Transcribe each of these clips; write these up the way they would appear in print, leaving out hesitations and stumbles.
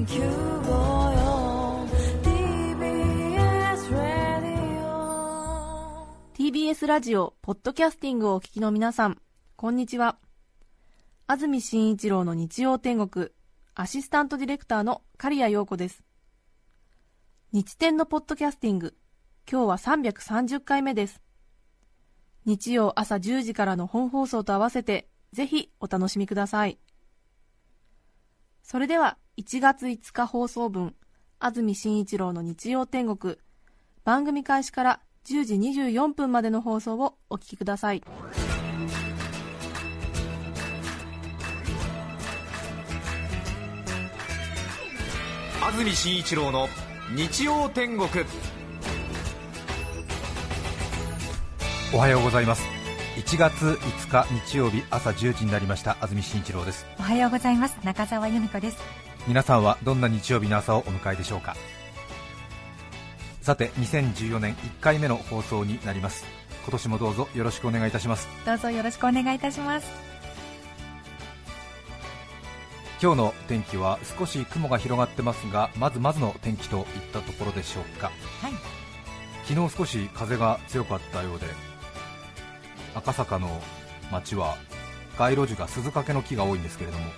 TBS ラジオポッドキャスティングをお聞きの皆さん、こんにちは。安住紳一郎の日曜天国、アシスタントディレクターの刈谷陽子です。日天のポッドキャスティング、今日は330回目です。日曜朝10時からの本放送と合わせてぜひお楽しみください。それでは1月5日放送分、安住紳一郎の日曜天国、番組開始から10時24分までの放送をお聞きください。 安住紳一郎の日曜天国。おはようございます。1月5日日曜日朝10時になりました。安住紳一郎です。 おはようございます。中澤由美子です。 皆さんはどんな日曜日の朝をお迎えでしょうか。さて、2014年1回目の放送になります。今年もどうぞよろしくお願いいたします。 どうぞよろしくお願いいたします。 今日の天気は少し雲が広がってますが、まずまずの天気といったところでしょうか。 はい、 昨日少し風が強かったようで、赤坂の街は街路樹が鈴懸の木が多いんですけれども、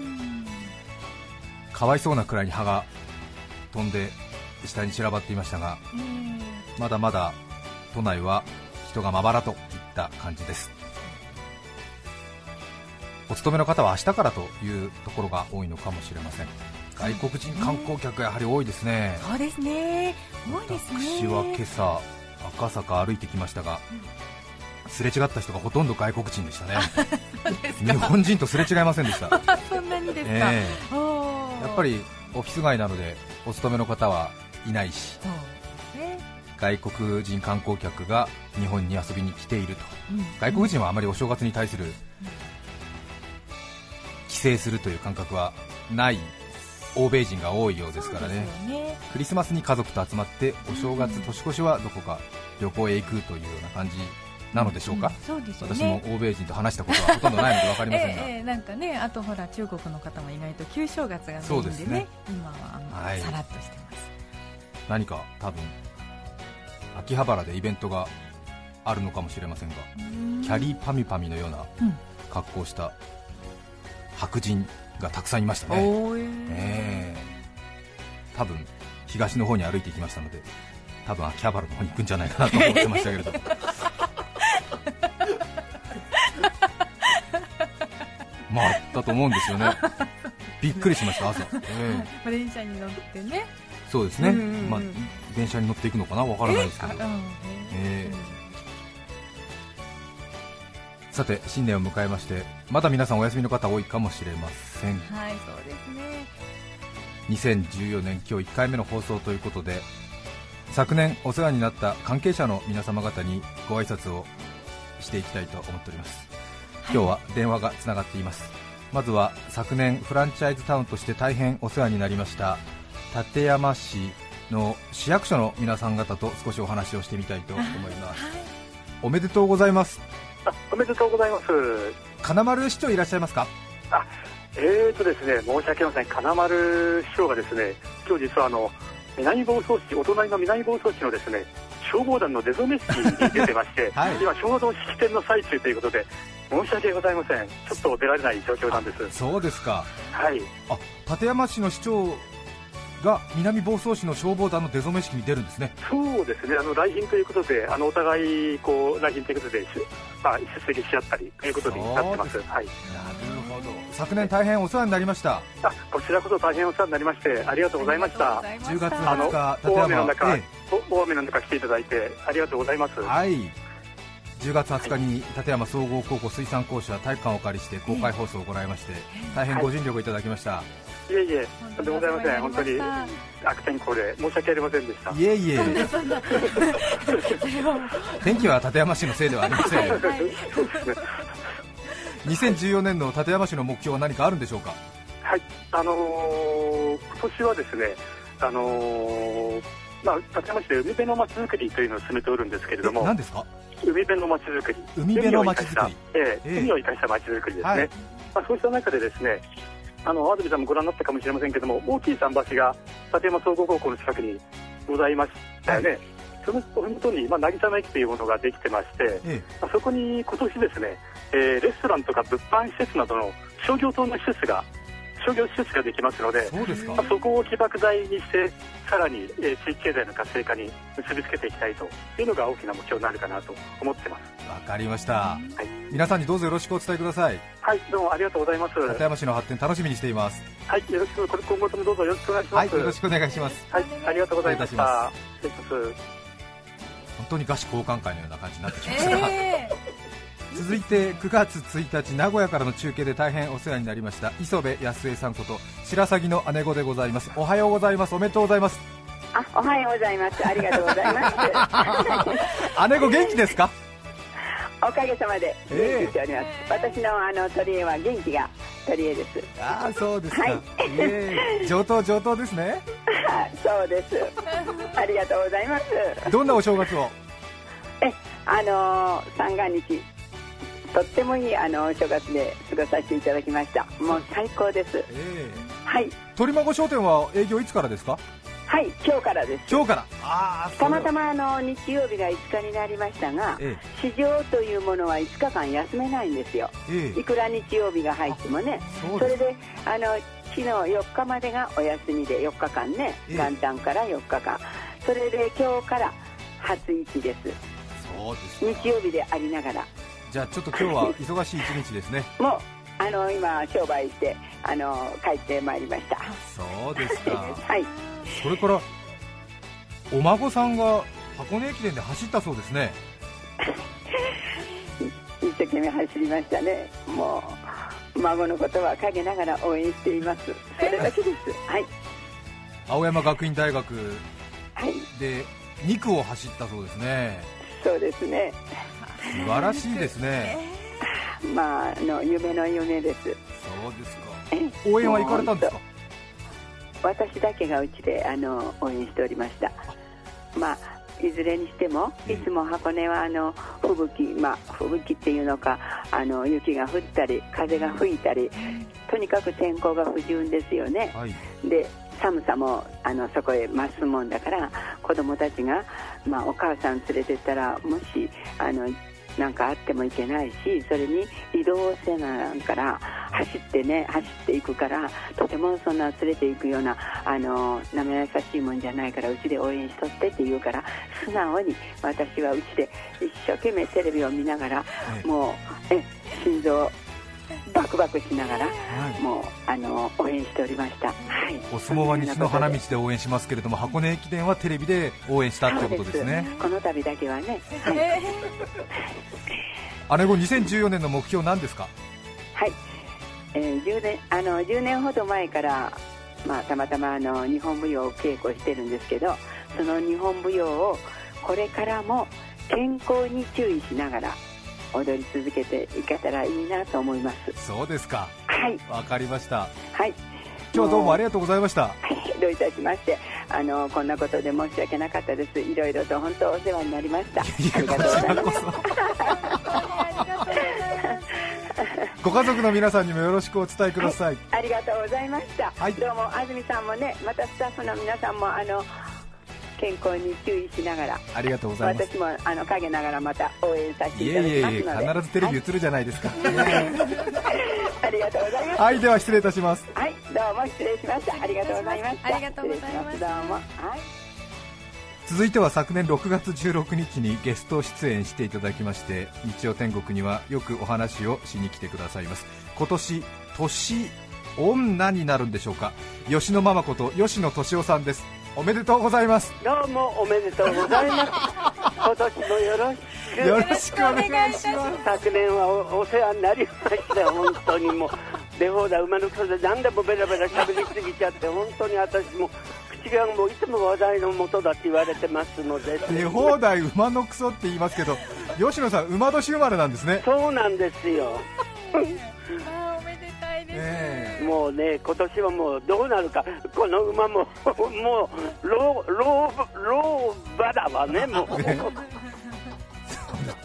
かわいそうなくらいに葉が飛んで下に散らばっていましたが、まだまだ都内は人がまばらといった感じです。お勤めの方は明日からというところが多いのかもしれません。外国人観光客やはり多いですね。 そうですね、多いですね。 私は今朝赤坂歩いてきましたが、すれ違った人がほとんど外国人でしたね。日本人とすれ違いませんでした。 そんなにですか。やっぱりオフィス街なのでお勤めの方はいないし、外国人観光客が日本に遊びに来ていると、外国人はあまりお正月に対する帰省するという感覚はない欧米人が多いようですからね。クリスマスに家族と集まって、お正月、年越しはどこか旅行へ行くというような感じなのでしょうか。 そうですよね、 私も欧米人と話したことはほとんどないので分かりませんが、 なんかね、あとほら中国の方も意外と旧正月がメインでね、 そうですね、 今はさらっとしてます。 何か多分秋葉原でイベントがあるのかもしれませんが、キャリーパミュパミのような格好をした白人がたくさんいましたね。多分東の方に歩いていきましたので、多分秋葉原の方に行くんじゃないかなと思ってましたけれどもまあ、あったと思うんですよね。びっくりしました朝。 電車に乗ってね。 そうですね、電車に乗っていくのかな、わからないですけど、さて新年を迎えまして、まだ皆さんお休みの方多いかもしれません。 はい、そうですね。 2014年今日1回目の放送ということで、昨年お世話になった関係者の皆様方にご挨拶をしていきたいと思っております。今日は電話がつながっています。まずは昨年フランチャイズタウンとして大変お世話になりました館山市の市役所の皆さん方と少しお話をしてみたいと思います。おめでとうございます。 おめでとうございます。 金丸市長いらっしゃいますか。 ですね、申し訳ありません。金丸市長がですね、今日実は南房総市、お隣の南房総市のですね、消防団の出初め式に出てまして、今ちょうど式典の最中ということで申し訳ございません。ちょっと出られない状況なんです。 そうですか。 はい。 館山市の市長が南房総市の消防団の出初め式に出るんですね。 そうですね、来賓ということで、お互いこう来賓ということで、出席し合ったりということになってます。はい。 なるほど。昨年大変お世話になりました。 こちらこそ大変お世話になりましてありがとうございました。 10月20日大雨の中来ていただいてありがとうございます。 はい。10月20日に館山総合高校水産校舎体育館をお借りして公開放送を行いまして、大変ご尽力いただきました。 いえいえ、とんでもございません。本当に悪天候で申し訳ありませんでした。 いえいえ天気は館山市のせいではありません。2014年の館山市の目標は何かあるんでしょうか。 はい、今年はですね、館山市で海辺のまちづくりというのを進めておるんですけれども。 何ですか。 海辺のまちづくり、 海辺のまちづくり、 海を生かしたまちづくりですね。そうした中でですね、 安住さんもご覧になったかもしれませんけども、大きい桟橋が立山総合高校の近くにございましたよね、はい、その麓に、渚の駅というものができてまして、そこに今年ですね、レストランとか物販施設などの商業施設ができますので、 そうですか。 そこを起爆剤にしてさらに、地域経済の活性化に結びつけていきたいというのが大きな目標になるかなと思ってます。 わかりました、はい、皆さんにどうぞよろしくお伝えください。 はい、どうもありがとうございます。 立山市の発展楽しみにしています。 はい、よろしく、今後ともどうぞよろしくお願いします。 はい、よろしくお願いします。 はい、ありがとうございました。 失礼いたします。本当に菓子交換会のような感じになってきましたが、続いて9月1日名古屋からの中継で大変お世話になりました磯部康江さんこと白鷺の姉子でございます。おはようございます。おめでとうございます。 おはようございます。ありがとうございます姉子元気ですか？ おかげさまで元気しております。私の取り柄は元気が取り柄です。 ああ、そうですか、はい、上等ですねそうです。ありがとうございます。 どんなお正月を？ 三が日とってもいいお正月で過ごさせていただきました。もう最高です。はい。 鳥孫商店は営業いつからですか？ はい、今日からです。 今日から。 たまたま日曜日が5日になりましたが、市場というものは5日間休めないんですよ、いくら日曜日が入ってもね。それで昨日4日までがお休みで4日間ね、元旦から4日間、それで今日から初市です。 そうです。 日曜日でありながら。 じゃあちょっと今日は忙しい一日ですね。 もう今商売して帰ってまいりました。 そうですかはい。 それからお孫さんが箱根駅伝で走ったそうですね。 一生懸命走りましたね。もう孫のことは陰ながら応援しています。それだけですはい。 青山学院大学で2区を走ったそうですね。 そうですね。 素晴らしいですね。 夢の夢です。 そうですか。応援は行かれたんですか？ 私だけがうちで応援しておりました。いずれにしてもいつも箱根は吹雪っていうのか雪が降ったり風が吹いたり、とにかく天候が不順ですよね、はい、で寒さもそこへ増すもんだから、子供たちが、お母さん連れてったらもしなんかあってもいけないし、それに移動せなから走っていくから、とてもそんな連れていくようななめ優しいもんじゃないから、うちで応援しとってって言うから、素直に私はうちで一生懸命テレビを見ながら、もう心臓バクバクしながら、もう応援しておりました、はい、 お相撲は西の花道で応援しますけれども、箱根駅伝はテレビで応援したということですね。 この度だけはね、 姉子2014年の目標何ですか？ はい、10年ほど前から、たまたま日本舞踊を稽古してるんですけど、その日本舞踊をこれからも健康に注意しながら踊り続けていけたらいいなと思います。 そうですか。 はい、 わかりました。 はい、 今日はどうもありがとうございました。 どういたしまして。こんなことで申し訳なかったです。いろいろと本当お世話になりました。ありがとうございます。 ご家族の皆さんにもよろしくお伝えください。 ありがとうございました、 はい、 どうも安住さんもね、またスタッフの皆さんも健康に注意しながら、 ありがとうございます。 私も陰ながらまた応援させていただきますので、 必ずテレビ映るじゃないですか、 ありがとうございます。 はい、では失礼いたします。 はい、どうも失礼しました。ありがとうございました。 ありがとうございます。 どうも、はい。 続いては昨年6月16日にゲスト出演していただきまして、日曜天国にはよくお話をしに来てくださいます。今年年女になるんでしょうか、吉野ママこと吉野俊夫さんです。おめでとうございます。 どうもおめでとうございます。今年もよろしくお願いします。 昨年は お世話になりましたよ。本当にもう出放題馬の草で何でもベラベラ喋りすぎちゃって、本当に私も口がもういつも話題の元だって言われてますので。 出放題馬のクソって言いますけど、吉野さん馬年生まれなんですね。 そうなんですよ。 おめでたいです、 もうね、今年はもうどうなるか、この馬ももう老馬だわね、もう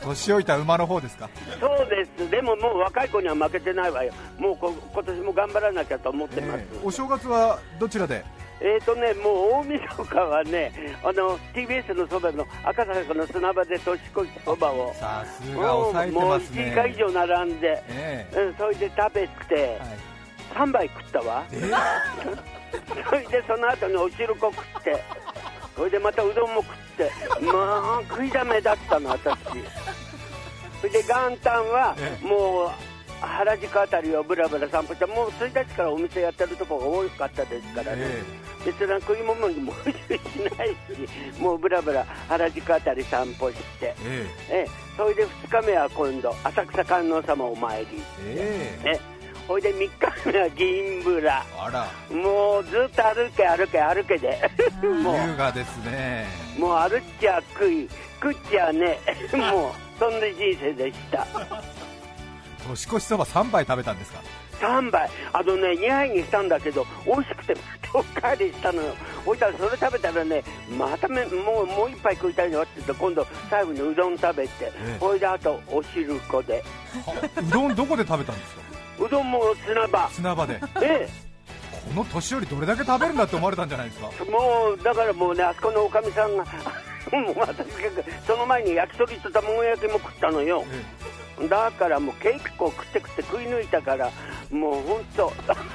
年老いた馬の方ですか？ そうです。でももう若い子には負けてないわよ。もう今年も頑張らなきゃと思ってます。 お正月はどちらで？ もう大晦日はね、TBS のそばの赤坂の砂場で年越しそばを、 さすが抑えてますね。 もう1時間以上並んで、それで食べて、3杯食ったわ。それでその後にお汁粉食って、それでまたうどんも食って、まあ食いだめだったの私。それで元旦はもう原宿あたりをブラブラ散歩して、もう1日からお店やってるところが多かったですからね、別な食い物にも補充しないし、もうブラブラ原宿あたり散歩して、それで2日目は今度浅草観音様お参り、それで3日目は銀ブラ。もうずっと歩けでもう優雅ですね。 もう歩っちゃ食っちゃねもうそんな人生でした。 年越しそば3杯食べたんですか ？3杯、2杯にしたんだけど美味しくてまたおかわりしたのよ。そしたらそれ食べたらね、またもう1杯食いたいのって言って、今度最後にうどん食べて、それであとお汁粉で。 うどんどこで食べたんですか？ うどんも砂場で。この年寄りどれだけ食べるんだって思われたんじゃないですか？もうだからもうね、あそこのおかみさんがもう私その前に焼き鳥と卵焼きも食ったのよ。だからもう結構食って食い抜いたから、もう本当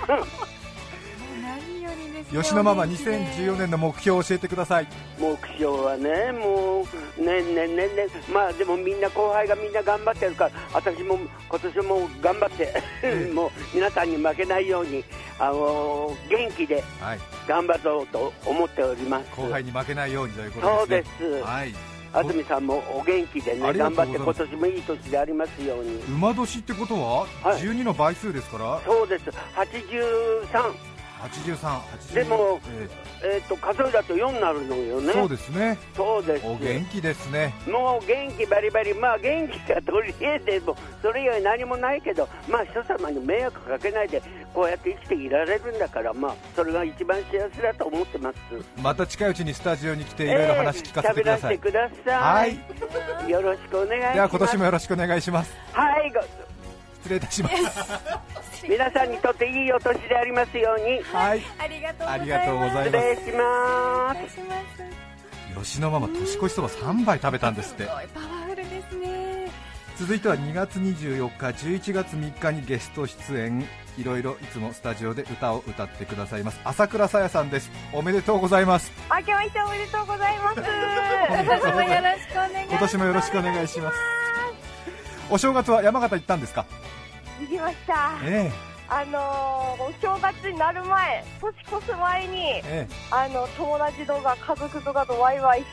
何よりです。 吉野ママ、2014年の目標を教えてください。 目標はね、もう年々、まあでもみんな後輩がみんな頑張ってるから、私も今年も頑張ってもう皆さんに負けないように元気で頑張ろうと思っております。 後輩に負けないようにということですね。 そうです。安住さんもお元気でね、頑張って今年もいい年でありますように。 馬年ってことは、12の倍数ですから。 そうです。83でも、数えだと4になるのよね。 そうですね。 そうです。 お元気ですね。 もう元気バリバリ。まあ元気がとりあえずもそれ以外何もないけど、まあ人様に迷惑かけないでこうやって生きていられるんだから、まあそれが一番幸せだと思ってます。 また近いうちにスタジオに来ていろいろ話聞かせてください。 喋らせてください。よろしくお願いします。 では今年もよろしくお願いします。失礼いたします。 皆さんにとっていいお年でありますように。 ありがとうございます。 失礼します。 吉野ママ、年越しそば3杯食べたんですって。 すごいパワフルですね。 続いては2月24日、11月3日にゲスト出演、いろいろいつもスタジオで歌を歌ってくださいます朝倉さやさんです。おめでとうございます。 明けましておめでとうございます。今年もよろしくお願いします。お正月は山形行ったんですか？ 行きました。お正月になる前、年越す前に、友達とか家族とかとワイワイして、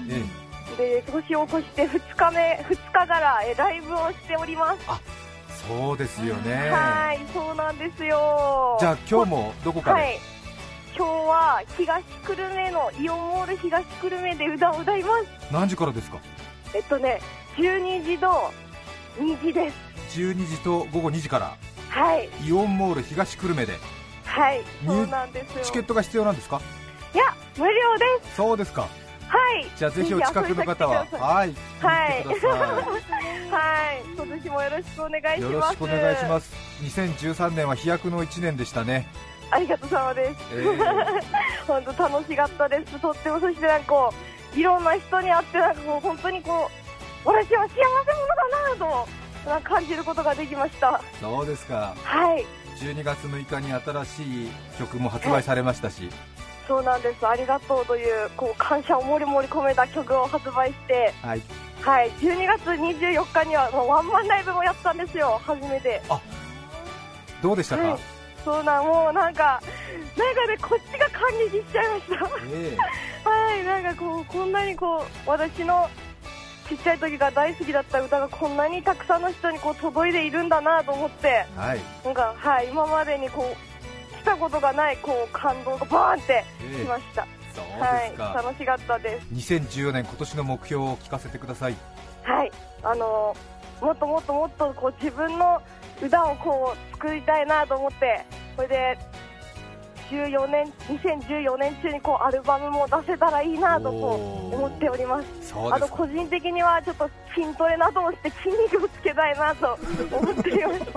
で年を越して2日からライブをしております。 そうですよね。 はい、そうなんですよ。 じゃあ今日もどこかで？ 今日は東久留米のイオンモール東久留米で歌を歌います。 何時からですか ？12時と2時です。 12時と午後2時から、イオンモール東久留米で。 そうなんですよ。 チケットが必要なんですか？ いや、無料です。 そうですか。じゃあぜひお近くの方は行ってください。 今年もよろしくお願いします。 よろしくお願いします。2013年は飛躍の1年でしたね。 ありがとうさまです。本当楽しかったです。とっても。そしていろんな人に会って本当に私は幸せ者だなと感じることができました。 そうですか。12月6日に新しい曲も発売されましたし。 そうなんです。ありがとうという感謝をもりもり込めた曲を発売して、12月24日にはワンマンライブもやったんですよ、初めて。 どうでしたか？ もうなんかね、こっちが感激しちゃいました。こんなに私のちっちゃい時が大好きだった歌がこんなにたくさんの人に届いているんだなと思って、今までに来たことがない感動がバーンってきました。 そうですか。 楽しかったです。 2014年今年の目標を聞かせてください。 もっともっともっと自分の歌を作りたいなと思って、それで 2014年中にアルバムも出せたらいいなと思っております。あと個人的にはちょっと筋トレなどをして筋肉をつけたいなと思ってい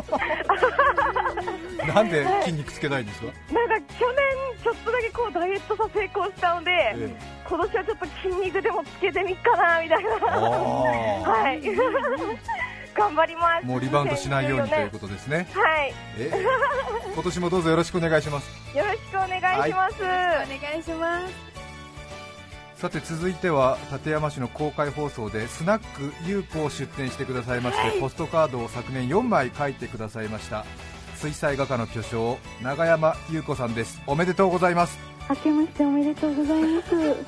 ますなんで筋肉つけたいんですか？ なんか去年ちょっとだけダイエット成功したので、今年はちょっと筋肉でもつけてみっかなみたいなはい頑張ります。 もうリバウンドしないようにということですね。 はい、 今年もどうぞよろしくお願いします。 よろしくお願いします、 はい、お願いします。 さて続いては館山市の公開放送でスナック優子を出店してくださいまして、はい、ポストカードを昨年4枚書いてくださいました水彩画家の巨匠永山優子さんです。おめでとうございます。 明けましておめでとうございます。永山先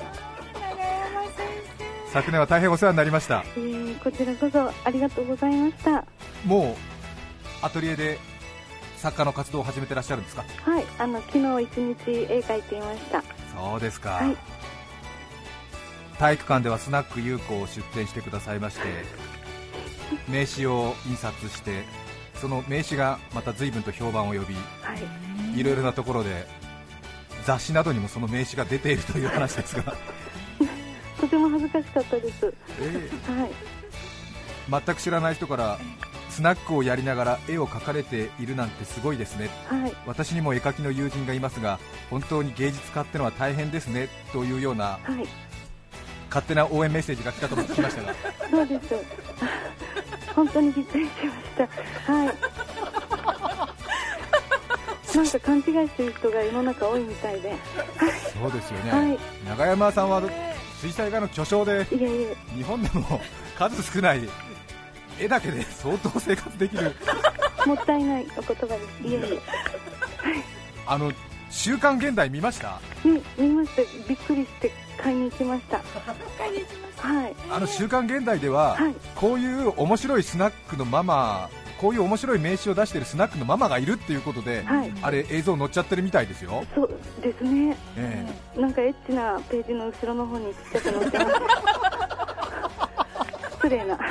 生、昨年は大変お世話になりました。 こちらこそありがとうございました。 もうアトリエで作家の活動を始めてらっしゃるんですか？ はい、昨日一日絵描いていました。 そうですか、 はい、 体育館ではスナック優子を出展してくださいまして名刺を印刷して、その名刺がまた随分と評判を呼び、 はい、 いろいろなところで雑誌などにもその名刺が出ているという話ですがとても恥ずかしかったです、はい、 全く知らない人からスナックをやりながら絵を描かれているなんてすごいですね、 はい、 私にも絵描きの友人がいますが本当に芸術家ってのは大変ですねというような、 はい、 勝手な応援メッセージが来たと聞きましたがそうです本当にびっくりしました、はい、なんか勘違いしている人が世の中多いみたいでそうですよね、 はい、 永山さんは水彩画の巨匠で、 いやいや日本でも数少ない絵だけで相当生活できるもったいないお言葉です。いやいや週刊現代見ました？ 見ました。びっくりして買いに行きました。 買いに行きました。 はい。 週刊現代では、 はい、 こういう面白いスナックのママ、こういう面白い名刺を出しているスナックのママがいるっていうことで、 はい、 あれ映像載っちゃってるみたいですよ。 そうですね、なんかエッチなページの後ろの方にちっちゃく載ってます失礼な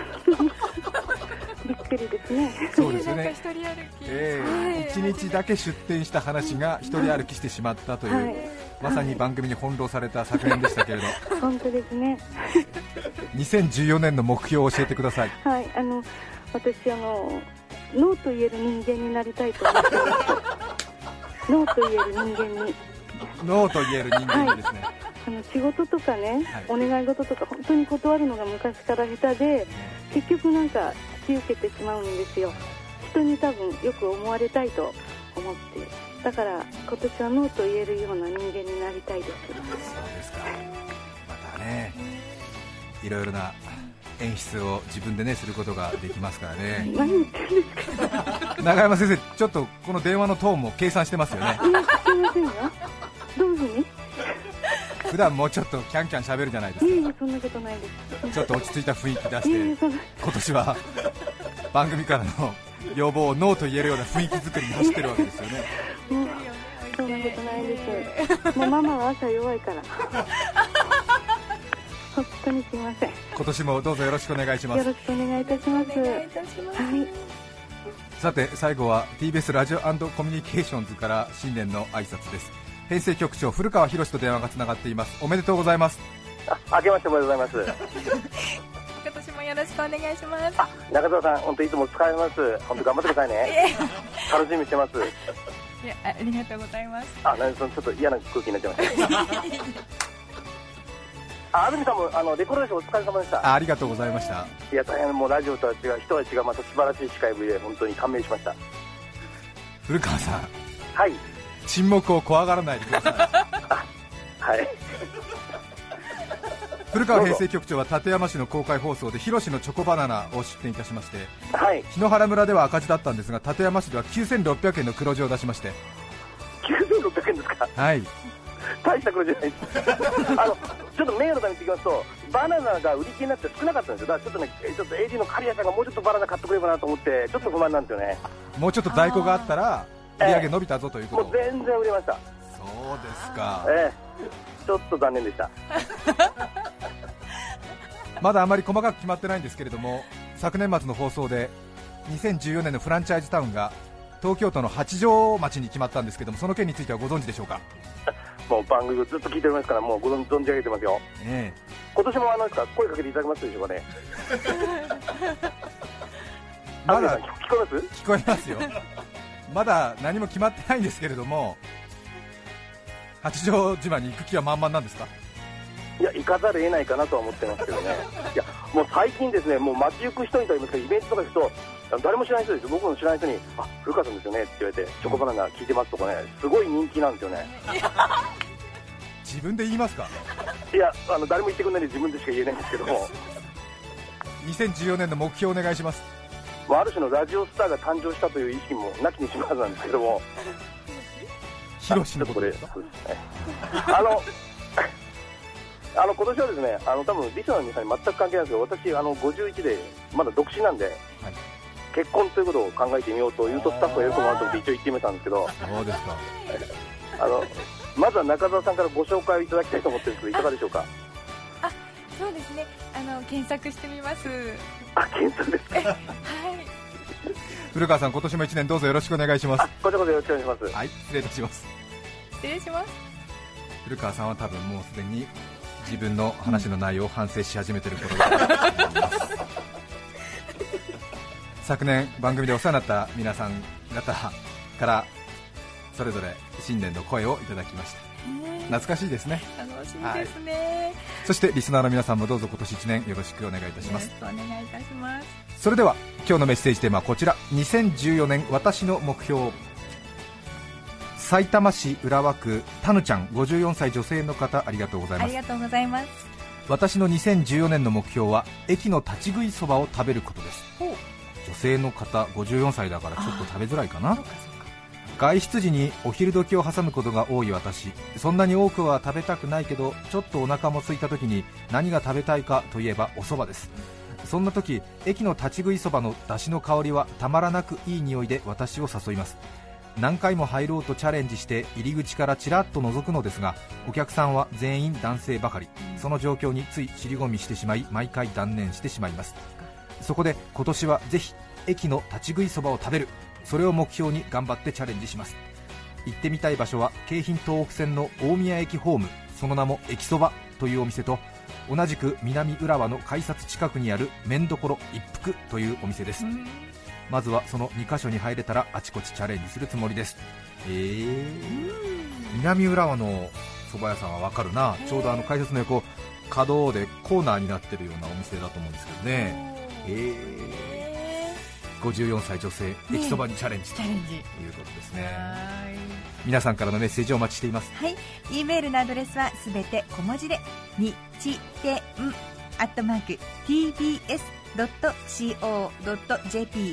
びっくりですね。 そうですよね。 なんか一人歩き、 1日だけ出店した話が一人歩きしてしまったという、はい、まさに番組に翻弄された昨年でしたけれど本当ですね 2014年の目標を教えてください。 はい、私ノーと言える人間になりたいと思っていますノーと言える人間にノーと言える人間にですね、 はい、仕事とかね、はい、お願い事とか本当に断るのが昔から下手で、結局なんか引き受けてしまうんですよ。人に多分よく思われたいと思って、だから今年はノーと言えるような人間になりたいです。 そうですか。またね、いろいろな演出を自分でねすることができますからね。 何言ってるんですか永山先生、ちょっとこの電話のトーンも計算してますよね。 すいませんよ。どういうふうに普段もうちょっとキャンキャン喋るじゃないですか。 いやそんなことないです。 ちょっと落ち着いた雰囲気出して今年は番組からの要望をノーと言えるような雰囲気作りに走ってるわけですよね。 もうそんなことないです。もうママは朝弱いから本当にすいません。 今年もどうぞよろしくお願いします。 よろしくお願いいたします。はい。 さて最後は TBS ラジオ&コミュニケーションズから新年の挨拶です。編成局長古川博と電話がつながっています。おめでとうございます。 明けましておめでとうございます。 今年もよろしくお願いします。 中澤さん、本当いつも使えます。本当頑張ってくださいね。楽しみにしてます。 いや、ありがとうございます。 ちょっと嫌な空気になっちゃいました安住さんもレコードショーお疲れ様でした。 ありがとうございました。 いや大変、もうラジオとは違う、一味違う、また素晴らしい司会ぶりで本当に感銘しました。 古川さん、 はい、 沈黙を怖がらないでくださいはい古川編成局長は館山市の公開放送でヒロシのチョコバナナを出展いたしまして、 はい、 檜原村では赤字だったんですが館山市では9600円の黒字を出しまして。 9600円ですか。 はい、 大した黒字じゃないですちょっと名誉のために言ってきますと、バナナが売り切れになって少なかったんですよ。だからちょっと AD の刈谷さんがもうちょっとバナナ買ってくればなと思ってちょっと不満なんですよね。 もうちょっと在庫があったら売り上げ伸びたぞということ。 もう全然売れました。 そうですか。 ちょっと残念でしたまだあまり細かく決まってないんですけれども、昨年末の放送で2014年のフランチャイズタウンが東京都の八丈町に決まったんですけども、その件についてはご存知でしょうか。 もう番組をずっと聞いておりますから、もう存じ上げてますよ。今年も声かけていただけますでしょうかね。 まだ聞こえます？ 聞こえますよ。まだ何も決まってないんですけれども、八丈島に行く気は満々なんですか？ いや、行かざるを得ないかなとは思ってますけどね。いや、もう最近ですね、もう街行く人にといいますか、イベントとか行くと、誰も知らない人ですよ、僕の知らない人に、あ、古川さんですよねって言われて、チョコバナナ聞いてますとかね、すごい人気なんですよね。 自分で言いますか？ いや、誰も言ってくれないんで自分でしか言えないんですけども。 2014年の目標をお願いします。 ある種のラジオスターが誕生したという意識もなきにしもあらずなんですけども。 ヒロシのことですか？ 今年はですね、多分リスナーの皆さんに全く関係ないんですけど、私51でまだ独身なんで、はい、結婚ということを考えてみようというとスタッフがよくもらうと思って一応言ってみたんですけど、 そうですか。 まずは中澤さんからご紹介をいただきたいと思ってるんですけど、いかがでしょうか？ そうですね、検索してみます。 検索ですか？はい。 古川さん、今年も1年どうぞよろしくお願いします。 こちらこそよろしくお願いします。 はい、失礼いたします。 失礼します。 古川さんは多分もうすでに自分の話の内容を反省し始めている頃だと思います。昨年番組でお世話になった皆さん方からそれぞれ新年の声をいただきました。懐かしいですね。 楽しいですね、はい、 そしてリスナーの皆さんもどうぞ今年1年よろしくお願いいたします。 よろしくお願いいたします。 それでは今日のメッセージテーマはこちら。2014年私の目標。さいたま市浦和区たぬちゃん、54歳女性の方、ありがとうございます。 ありがとうございます。 私の2014年の目標は駅の立ち食いそばを食べることです。女性の方、54歳だからちょっと食べづらいかな。外出時にお昼時を挟むことが多い私、そんなに多くは食べたくないけどちょっとお腹も空いた時に何が食べたいかといえばお蕎麦です。そんな時、駅の立ち食いそばの出汁の香りはたまらなくいい匂いで私を誘います。何回も入ろうとチャレンジして入り口からちらっと覗くのですが、お客さんは全員男性ばかり。その状況につい尻込みしてしまい、毎回断念してしまいます。そこで今年はぜひ駅の立ち食いそばを食べる、それを目標に頑張ってチャレンジします。行ってみたい場所は京浜東北線の大宮駅ホーム、その名も駅そばというお店と、同じく南浦和の改札近くにある麺どころ一服というお店です。まずはその2カ所に入れたらあちこちチャレンジするつもりです。南浦和の蕎麦屋さんはわかるな。ちょうど改札の横、角でコーナーになってるようなお店だと思うんですけどね。54歳女性、駅そばにチャレンジということですね。皆さんからのメッセージをお待ちしています。 はい、E メールのアドレスはすべて小文字で日天@tbs.co.jp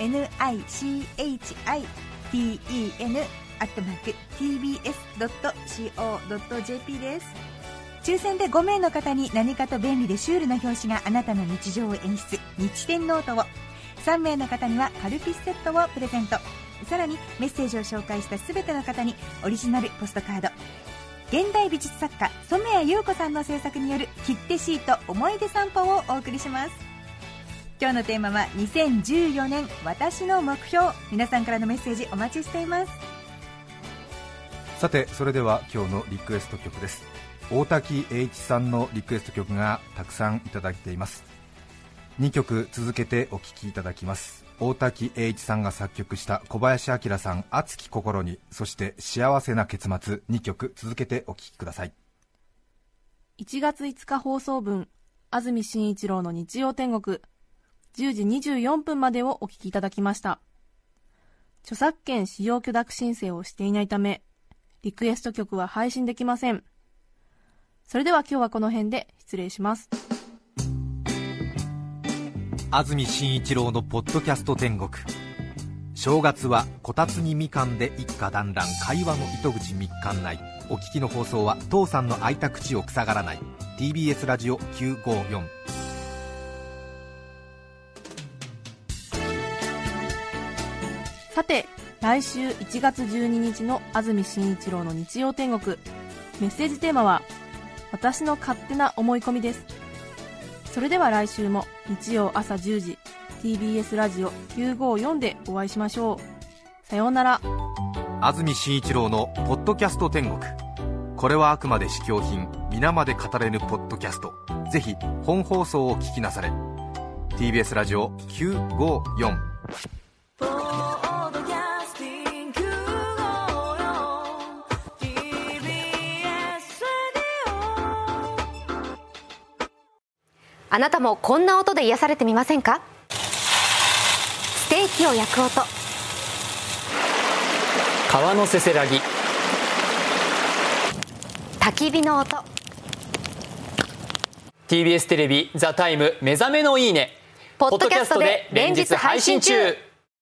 nichiten@tbs.co.jp です。抽選で5名の方に何かと便利でシュールな表紙があなたの日常を演出、日天ノートを、3名の方にはカルピスセットをプレゼント。さらにメッセージを紹介したすべての方にオリジナルポストカード、現代美術作家染谷優子さんの制作による切手シート思い出散歩をお送りします。今日のテーマは2014年私の目標。皆さんからのメッセージお待ちしています。 さて、それでは今日のリクエスト曲です。大滝栄一さんのリクエスト曲がたくさんいただいています。2曲続けてお聴きいただきます。大滝栄一さんが作曲した小林明さん熱き心に、そして幸せな結末、2曲続けてお聴きください。 1月5日放送分、安住紳一郎の日曜天国、10時24分までをお聞きいただきました。著作権使用許諾申請をしていないため、リクエスト曲は配信できません。それでは今日はこの辺で失礼します。 安住紳一郎のポッドキャスト天国。正月はこたつにみかんで一家団らん、会話の糸口みかんない。お聞きの放送は父さんの開いた口を塞がらない TBS ラジオ954。 さて、来週1月12日の安住紳一郎の日曜天国、メッセージテーマは私の勝手な思い込みです。それでは来週も日曜朝10時 TBS ラジオ954でお会いしましょう。 さようなら。 安住紳一郎のポッドキャスト天国。これはあくまで試供品、皆まで語れぬポッドキャスト。ぜひ本放送を聞きなされ。 TBS ラジオ954。 あなたもこんな音で癒されてみませんか？ステーキを焼く音、 川のせせらぎ、 焚き火の音。 TBS テレビザタイム目覚めのいいね、 ポッドキャストで連日配信中。